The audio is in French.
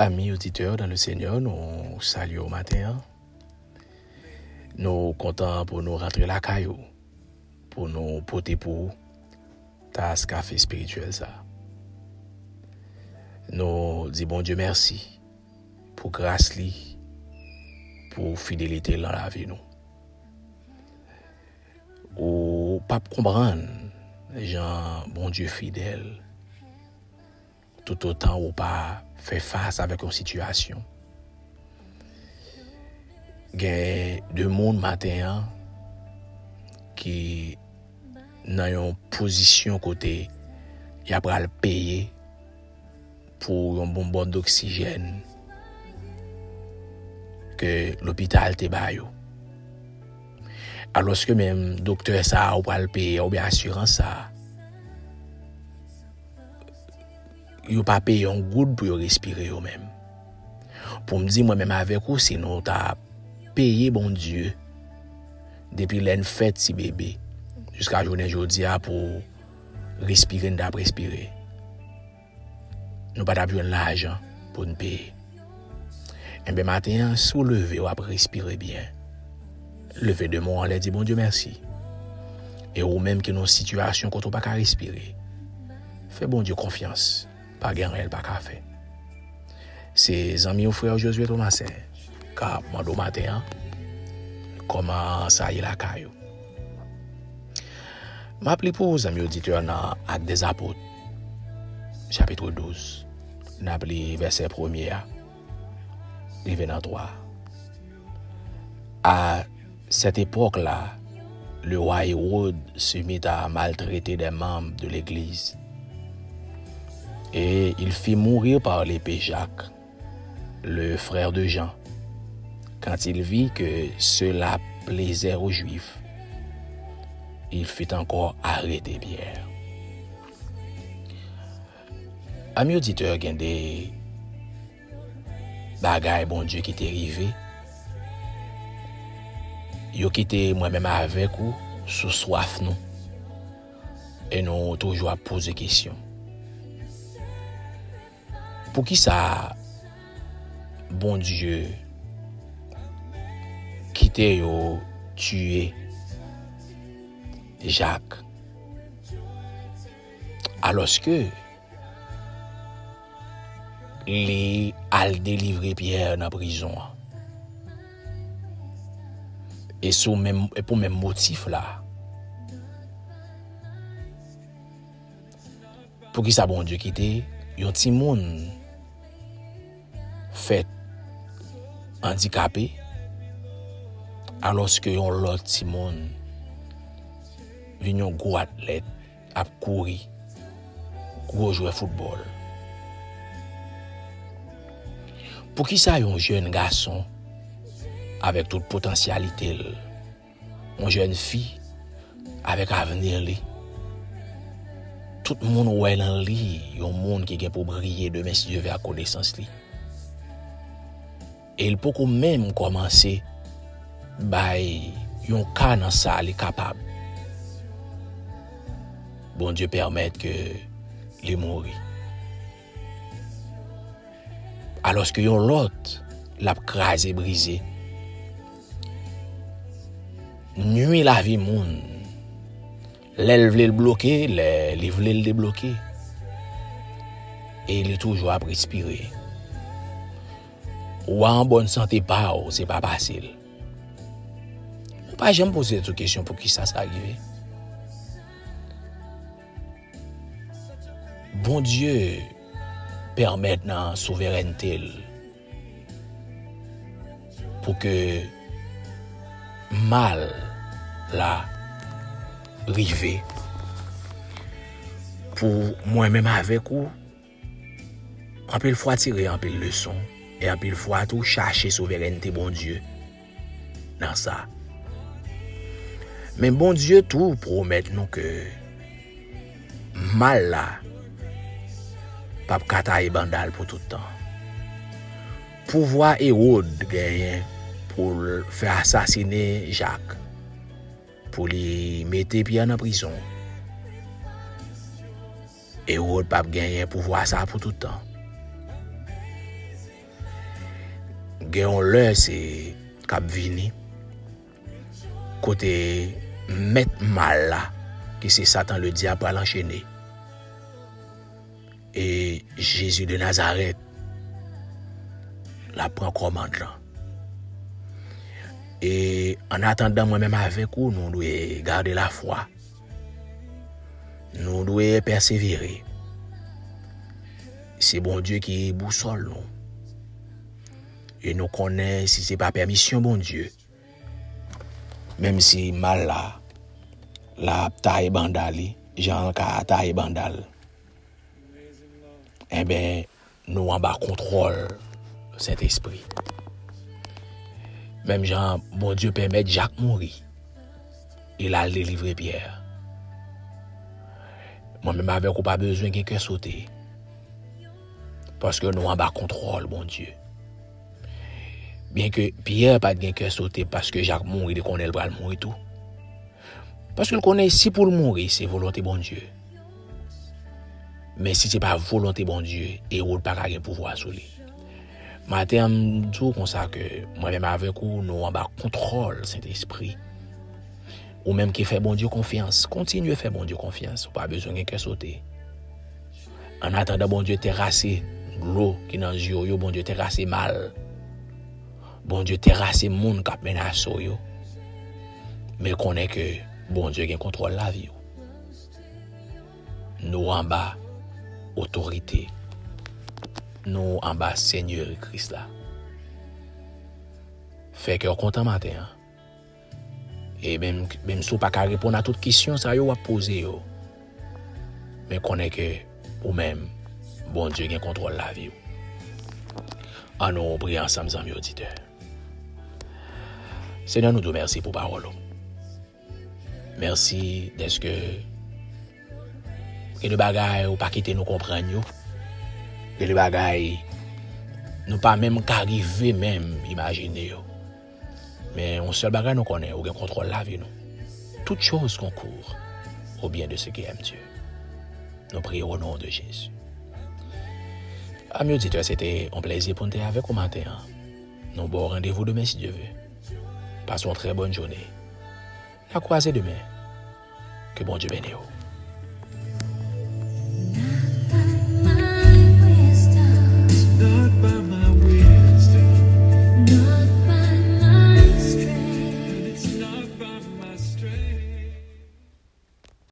Amis auditeurs dans le Seigneur, nous saluons au matin. Nous comptons pour nous rentrer la caillou, pour nous porter pour tasse café spirituel ça. Nous disons bon Dieu merci pour grâce li, pour fidélité dans la vie nous. Ou pas comprendre les gens bon Dieu fidèle tout autant ou pas fait face avec une situation. Il y a deux monde matin qui dans une position côté y a pas le payer pour un bonbon d'oxygène que l'hôpital te bayo. Alors que même docteur ça ou pas le payer ou bien assurance ça yo pas payer un good pour respirer eux même. Pour me dire moi même avec vous sinon t'as payé bon Dieu depuis l'en fête si bébé jusqu'à journée aujourd'hui pour respirer d'après respirer. Nous pas besoin l'argent pour nous payer. Et bien matin soulever ou après respirer bien. Lever de moi, on leur dit bon Dieu merci. Et ou même que nos situations quand on pas qu'à respirer. Fais bon Dieu confiance. Pas gain elle pas qu'à faire. C'est amis ou frère Josué Thomasin. Car moi do matin comment ça y est la caillou. M'appelé pour les amis auditeurs dans Actes des Apôtres chapitre 12. N'appelé verset 1er rivé dans 3. À cette époque-là, le roi Hérode se mit à maltraiter des membres de l'église. Et il fit mourir par l'épée Jacques, le frère de Jean, quand il vit que cela plaisait aux Juifs. Il fit encore arrêter Pierre. Amis auditeurs, il y a des bagailles, bon Dieu, qui t'est arrivé. Yo quitté moi-même avec vous, sous soif nous. Et nous toujours à poser questions. Pour qui ça, bon Dieu, quitter yo tuer Jacques, alors que les al délivrer Pierre dans la prison. Et pour même motif là. Pour qui ça bon Dieu quitter yon ti moun fait handicapé alors que yon l'autre ti moun vinn yon gros athlète a courir gros joueur football. Pour qui ça yon jeune garçon avec toute potentialité, une jeune fille avec avenir li. Tout le monde ouais dans li, un monde qui est pour briller demain si Dieu veut à connaissance li. Et il peut même commencer by yon cas dans ça li capable. Bon Dieu permette que li mourir. Alors que yon l'autre l'a crasé brisé. Nuit la vie moun. L'elle vle le bloquer, les vle le débloquer. Et il est toujours à respirer. Ou en bonne santé pas, c'est pas facile. Ou pas jamais poser cette question pour qui ça arrive. Bon Dieu permet dans souveraineté pour que mal la rivé pour moi-même avec vous en pile fois tirer en pile leçon et en pile fois tout chercher souveraineté bon Dieu dans ça. Mais bon Dieu tout promet nous que mal là pas kata bandal pour tout le temps. Pouvoir Hérode gagner pour faire assassiner Jacques, pour les mettre Pierre en prison. Hérode pas gagner pouvoir ça pour tout le temps. Gayon le c'est cap vini côté mettre mal là que c'est Satan le diable à l'enchaîner. Et Jésus de Nazareth la prend commande là. Et en attendant moi-même avec vous, nous devons garder la foi. Nous devons persévérer. C'est bon Dieu qui boussole nous. Et nous connaissons si ce n'est pas permission, bon Dieu. Même si mal là, la taille bandali, Jean ka taille bandal. Eh bien, nous en bas contrôle Saint-Esprit. Même Jean, bon Dieu permet Jacques mourir. Il a délivré Pierre. Moi-même avec ou pas besoin de quelqu'un sauter. Parce que nous en bas contrôle, bon Dieu. Bien que Pierre pas de quelqu'un sauter parce que Jacques mourir, il connaît le bras mourir tout. Parce qu'il connaît si pour le mourir, c'est volonté bon Dieu. Mais si c'est pas volonté bon Dieu, et ou pas qu'à pouvoir sur lui. Matin, je dis comme ça que moi-même avec vous, nous en bas contrôle Saint-Esprit. Ou même qui fait bon Dieu confiance. Continuez à faire bon Dieu confiance. Pas besoin de quelqu'un sauter. En attendant bon Dieu terrasser l'eau qui dans les yeux, bon Dieu terrasser mal. Bon Dieu terrasser monde qui menace yo. Mais connaît que bon Dieu qui contrôle la vie. Nous en bas autorité. Nous en bas Seigneur Christ là. Fait que content matin. Et même si vous pas répondre à toutes questions ça yo a poser yo. Mais connaît que ou même bon Dieu qui contrôle la vie. En nous prions ensemble amis auditeurs. Seigneur, nous te remercions pour parole. Merci d'être que le bagay ou pas quitter nous comprendre. Que le bagay nous pas même qu'arriver même imaginer. Mais on seul bagay nous connaît, ou contrôle la vie nous. Toute chose concourt au bien de ceux qui aiment Dieu. Nous prions au nom de Jésus. Amis auditeurs, c'était un plaisir pour nous être avec vous matin. Nous bon rendez-vous demain si Dieu veut. Passons une très bonne journée. À croiser demain. Que bon Dieu bénisse.